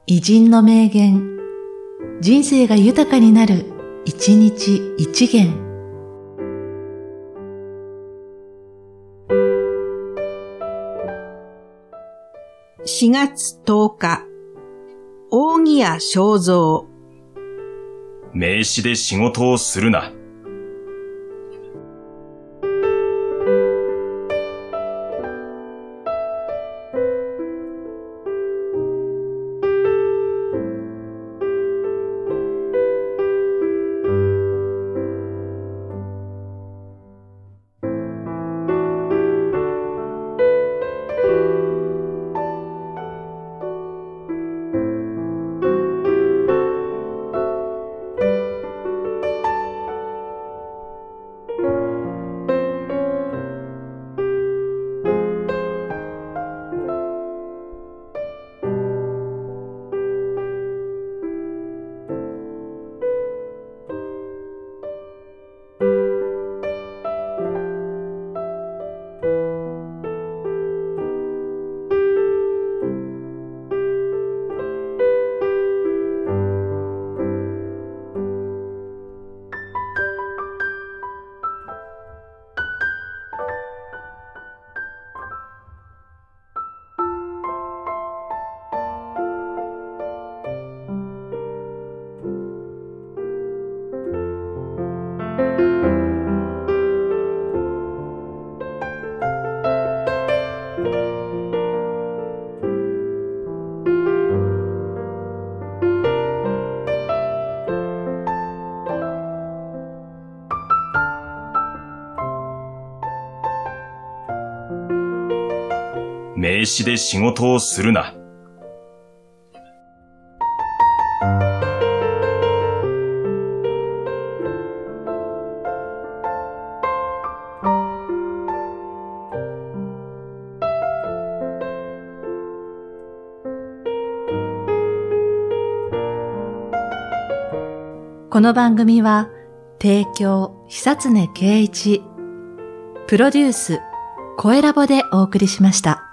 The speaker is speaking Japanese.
偉人の名言、人生が豊かになる、一日一元。 4月10日、扇谷正蔵。 名刺で仕事をするな。名刺で仕事をするな。 この番組は、提供、久常圭一、プロデュース、声ラボでお送りしました。